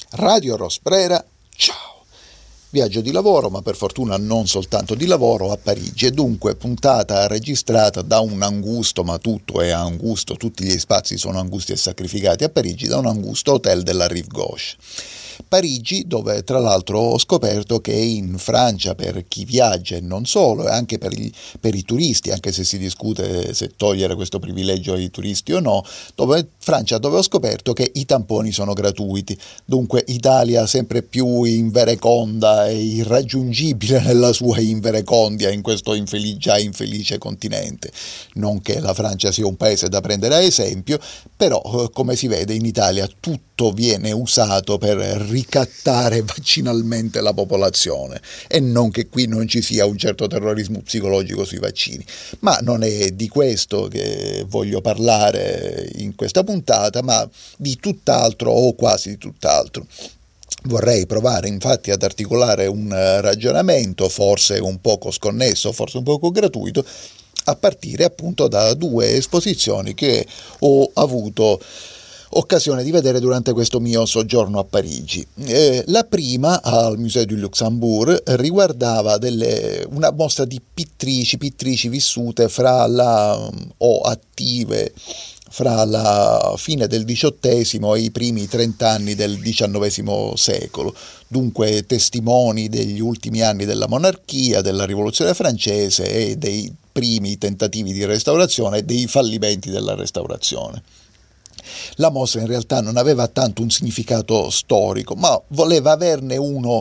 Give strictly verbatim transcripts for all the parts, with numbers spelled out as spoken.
Radio Rosbrera, ciao! Viaggio di lavoro, ma per fortuna non soltanto di lavoro, a Parigi, e dunque puntata registrata da un angusto, ma tutto è angusto, tutti gli spazi sono angusti e sacrificati a Parigi, da un angusto hotel della Rive Gauche. Parigi, dove tra l'altro ho scoperto che in Francia, per chi viaggia e non solo, e anche per, gli, per i turisti, anche se si discute se togliere questo privilegio ai turisti o no, dove, Francia dove ho scoperto che i tamponi sono gratuiti. Dunque Italia sempre più invereconda e irraggiungibile nella sua inverecondia in questo infelice, già infelice continente. Non che la Francia sia un paese da prendere a esempio, però come si vede in Italia tutto viene usato per ricattare vaccinalmente la popolazione, e non che qui non ci sia un certo terrorismo psicologico sui vaccini, ma non è di questo che voglio parlare in questa puntata, ma di tutt'altro o quasi di tutt'altro. Vorrei provare infatti ad articolare un ragionamento, forse un poco sconnesso, forse un poco gratuito, a partire appunto da due esposizioni che ho avuto occasione di vedere durante questo mio soggiorno a Parigi. Eh, la prima, al Musée du Luxembourg, riguardava delle, una mostra di pittrici, pittrici vissute fra la, o attive fra la fine del diciottesimo e i primi trent'anni del diciannovesimo secolo, dunque testimoni degli ultimi anni della monarchia, della rivoluzione francese e dei primi tentativi di restaurazione e dei fallimenti della restaurazione. La mostra in realtà non aveva tanto un significato storico, ma voleva averne uno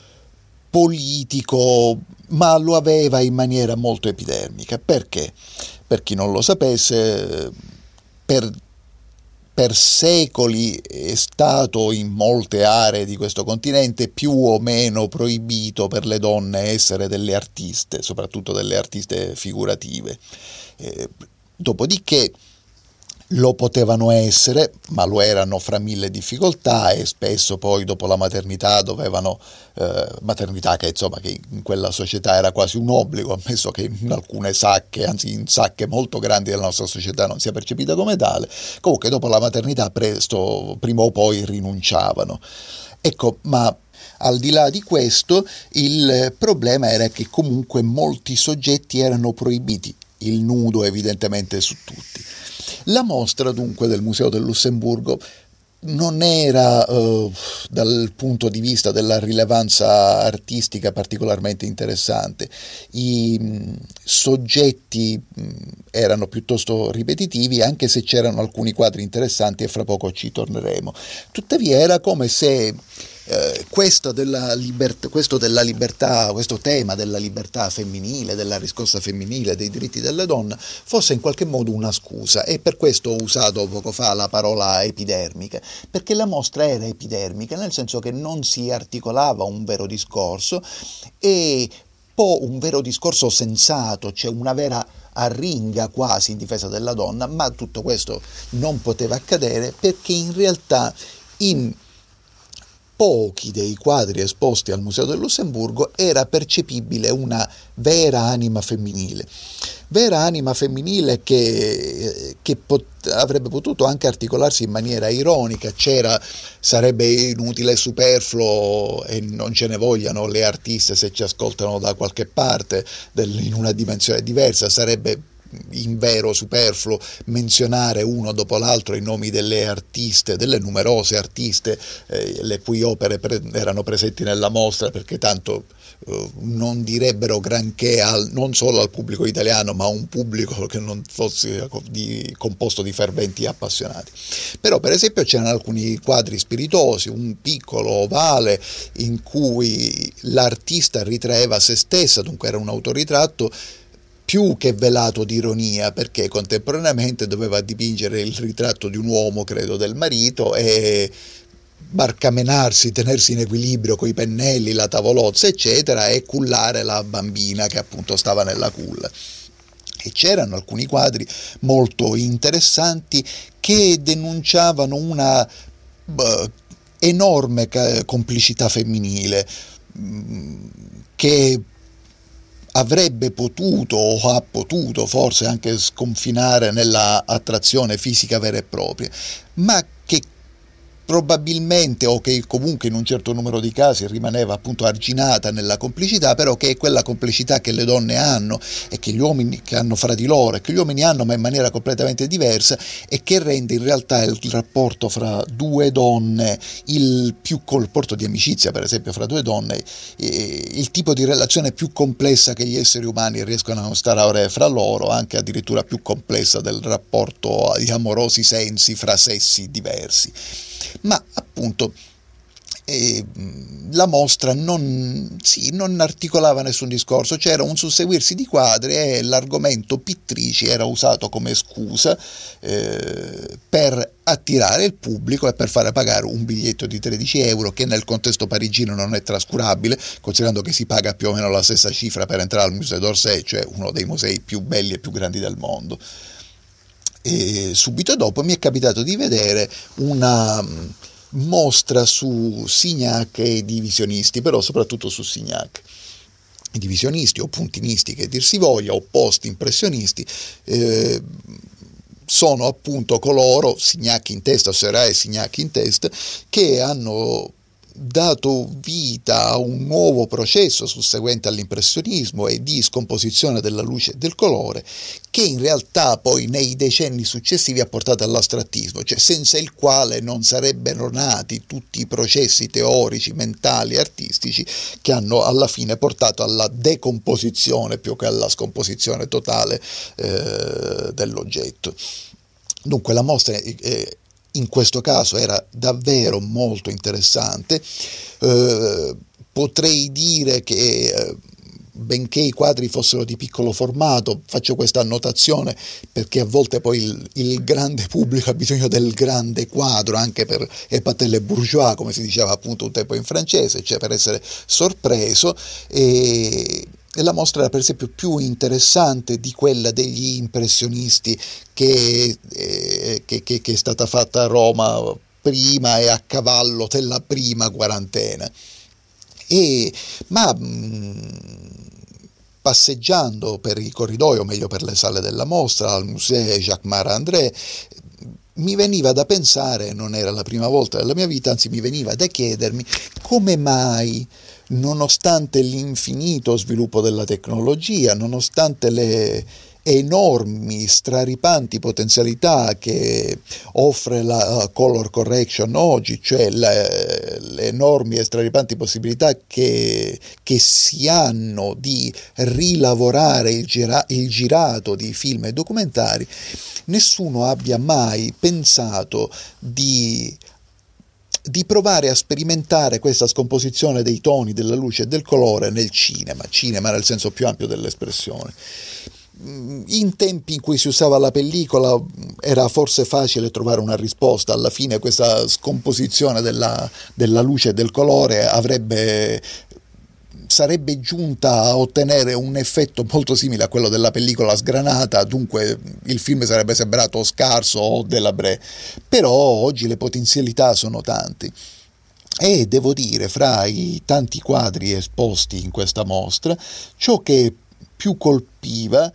politico, ma lo aveva in maniera molto epidermica. Perché? Per chi non lo sapesse, per, per secoli è stato in molte aree di questo continente più o meno proibito per le donne essere delle artiste, soprattutto delle artiste figurative. Eh, dopodiché lo potevano essere, ma lo erano fra mille difficoltà, e spesso poi dopo la maternità dovevano, eh, maternità che insomma che in quella società era quasi un obbligo, ammesso che in alcune sacche, anzi in sacche molto grandi della nostra società non sia percepita come tale, comunque dopo la maternità presto, prima o poi rinunciavano. Ecco, ma al di là di questo, il problema era che comunque molti soggetti erano proibiti, il nudo evidentemente su tutti. La mostra dunque del Museo del Lussemburgo non era eh, dal punto di vista della rilevanza artistica particolarmente interessante. I mh, soggetti mh, erano piuttosto ripetitivi, anche se c'erano alcuni quadri interessanti e fra poco ci torneremo. Tuttavia era come se Eh, questo, della libertà, questo della libertà, questo tema della libertà femminile, della riscossa femminile, dei diritti delle donne, fosse in qualche modo una scusa, e per questo ho usato poco fa la parola epidermica, perché la mostra era epidermica, nel senso che non si articolava un vero discorso, e poi un vero discorso sensato, cioè una vera arringa quasi in difesa della donna, ma tutto questo non poteva accadere perché in realtà in pochi dei quadri esposti al Museo del Lussemburgo era percepibile una vera anima femminile, vera anima femminile che, che pot- avrebbe potuto anche articolarsi in maniera ironica. C'era, sarebbe inutile e superfluo, e non ce ne vogliano le artiste se ci ascoltano da qualche parte del, in una dimensione diversa, sarebbe invero superfluo menzionare uno dopo l'altro i nomi delle artiste, delle numerose artiste eh, le cui opere pre- erano presenti nella mostra, perché tanto eh, non direbbero granché al, non solo al pubblico italiano, ma a un pubblico che non fosse di, composto di ferventi appassionati. Però per esempio c'erano alcuni quadri spiritosi, un piccolo ovale in cui l'artista ritraeva se stessa, dunque era un autoritratto più che velato di ironia, perché contemporaneamente doveva dipingere il ritratto di un uomo, credo del marito, e barcamenarsi, tenersi in equilibrio coi pennelli, la tavolozza eccetera, e cullare la bambina che appunto stava nella culla. E c'erano alcuni quadri molto interessanti che denunciavano una beh, enorme complicità femminile che avrebbe potuto o ha potuto forse anche sconfinare nella attrazione fisica vera e propria, ma che probabilmente, o che comunque in un certo numero di casi rimaneva appunto arginata nella complicità, però che è quella complicità che le donne hanno e che gli uomini che hanno fra di loro e che gli uomini hanno ma in maniera completamente diversa, e che rende in realtà il rapporto fra due donne, il più col rapporto di amicizia per esempio fra due donne, eh, il tipo di relazione più complessa che gli esseri umani riescono a instaurare fra loro, anche addirittura più complessa del rapporto di amorosi sensi fra sessi diversi. Ma appunto eh, la mostra non, sì, non articolava nessun discorso, c'era un susseguirsi di quadri e l'argomento pittrici era usato come scusa eh, per attirare il pubblico e per fare pagare un biglietto di tredici euro, che nel contesto parigino non è trascurabile, considerando che si paga più o meno la stessa cifra per entrare al Musée d'Orsay, cioè uno dei musei più belli e più grandi del mondo. E subito dopo mi è capitato di vedere una mostra su Signac e i divisionisti, però soprattutto su Signac. I divisionisti o puntinisti, che dir si voglia, o post-impressionisti, eh, sono appunto coloro, Signac in testa, Seurat e Signac in testa, che hanno dato vita a un nuovo processo susseguente all'impressionismo e di scomposizione della luce e del colore, che in realtà poi nei decenni successivi ha portato all'astrattismo, cioè senza il quale non sarebbero nati tutti i processi teorici, mentali, artistici che hanno alla fine portato alla decomposizione più che alla scomposizione totale eh, dell'oggetto. Dunque la mostra eh, in questo caso era davvero molto interessante. Eh, potrei dire che eh, benché i quadri fossero di piccolo formato, faccio questa annotazione perché a volte poi il, il grande pubblico ha bisogno del grande quadro anche per épater le bourgeois, come si diceva appunto un tempo in francese, cioè per essere sorpreso, e E la mostra era per esempio più interessante di quella degli impressionisti che, eh, che, che, che è stata fatta a Roma prima e a cavallo della prima quarantena. E, ma mh, passeggiando per i corridoi, o meglio per le sale della mostra, al Musée Jacques Marandré, mi veniva da pensare, non era la prima volta della mia vita, anzi mi veniva da chiedermi come mai, nonostante l'infinito sviluppo della tecnologia, nonostante le enormi, straripanti potenzialità che offre la color correction oggi, cioè le, le enormi e straripanti possibilità che, che si hanno di rilavorare il, gira, il girato di film e documentari, nessuno abbia mai pensato di di provare a sperimentare questa scomposizione dei toni, della luce e del colore nel cinema, cinema nel senso più ampio dell'espressione. In tempi in cui si usava la pellicola era forse facile trovare una risposta, alla fine questa scomposizione della, della luce e del colore avrebbe sarebbe giunta a ottenere un effetto molto simile a quello della pellicola sgranata, dunque il film sarebbe sembrato scarso o délabré. Però oggi le potenzialità sono tanti e devo dire, fra i tanti quadri esposti in questa mostra, ciò che più colpiva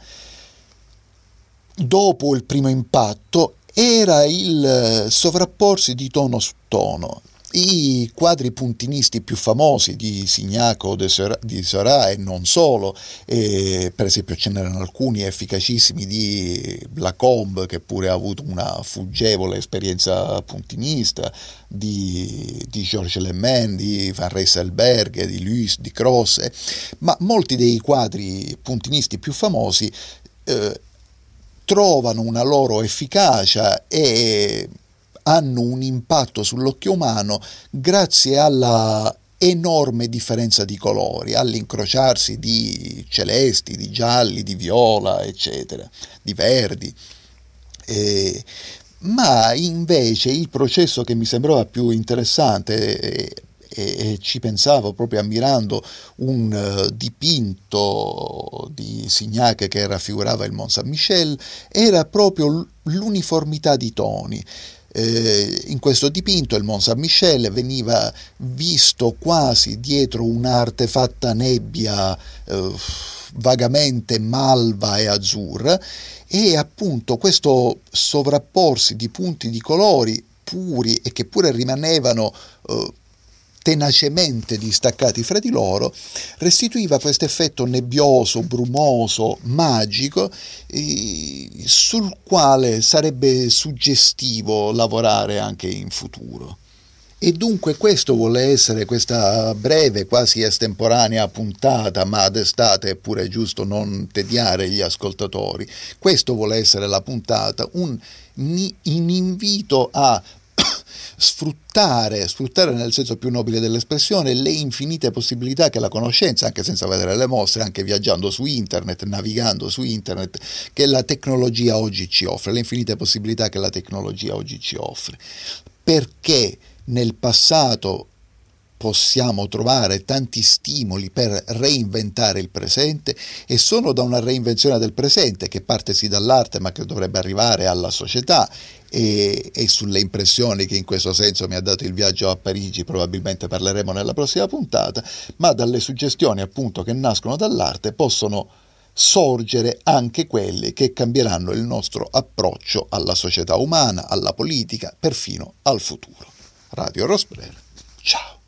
dopo il primo impatto era il sovrapporsi di tono su tono. I quadri puntinisti più famosi di Signac o di Seurat e non solo, e per esempio ce n'erano alcuni efficacissimi di Lacombe, che pure ha avuto una fuggevole esperienza puntinista, di, di Georges Lemain, di Van Rysselberghe, di Lus, di Croce, ma molti dei quadri puntinisti più famosi eh, trovano una loro efficacia e hanno un impatto sull'occhio umano grazie alla enorme differenza di colori, all'incrociarsi di celesti, di gialli, di viola, eccetera, di verdi. E, ma invece il processo che mi sembrava più interessante, e, e, e ci pensavo proprio ammirando un uh, dipinto di Signac che raffigurava il Mont Saint-Michel, era proprio l'uniformità di toni. Eh, in questo dipinto il Mont Saint-Michel veniva visto quasi dietro un'artefatta nebbia eh, vagamente malva e azzurra, e appunto questo sovrapporsi di punti di colori puri e che pure rimanevano eh, tenacemente distaccati fra di loro, restituiva questo effetto nebbioso, brumoso, magico, eh, sul quale sarebbe suggestivo lavorare anche in futuro. E dunque questo vuole essere questa breve, quasi estemporanea puntata, ma d'estate è pure giusto non tediare gli ascoltatori. Questo vuole essere la puntata, un, un invito a sfruttare, sfruttare nel senso più nobile dell'espressione, le infinite possibilità che la conoscenza, anche senza vedere le mostre, anche viaggiando su internet, navigando su internet, che la tecnologia oggi ci offre, le infinite possibilità che la tecnologia oggi ci offre. Perché nel passato possiamo trovare tanti stimoli per reinventare il presente, e sono da una reinvenzione del presente che parte sì dall'arte ma che dovrebbe arrivare alla società, e, e sulle impressioni che in questo senso mi ha dato il viaggio a Parigi probabilmente parleremo nella prossima puntata, ma dalle suggestioni appunto che nascono dall'arte possono sorgere anche quelle che cambieranno il nostro approccio alla società umana, alla politica, perfino al futuro. Radio Rosbrera, ciao!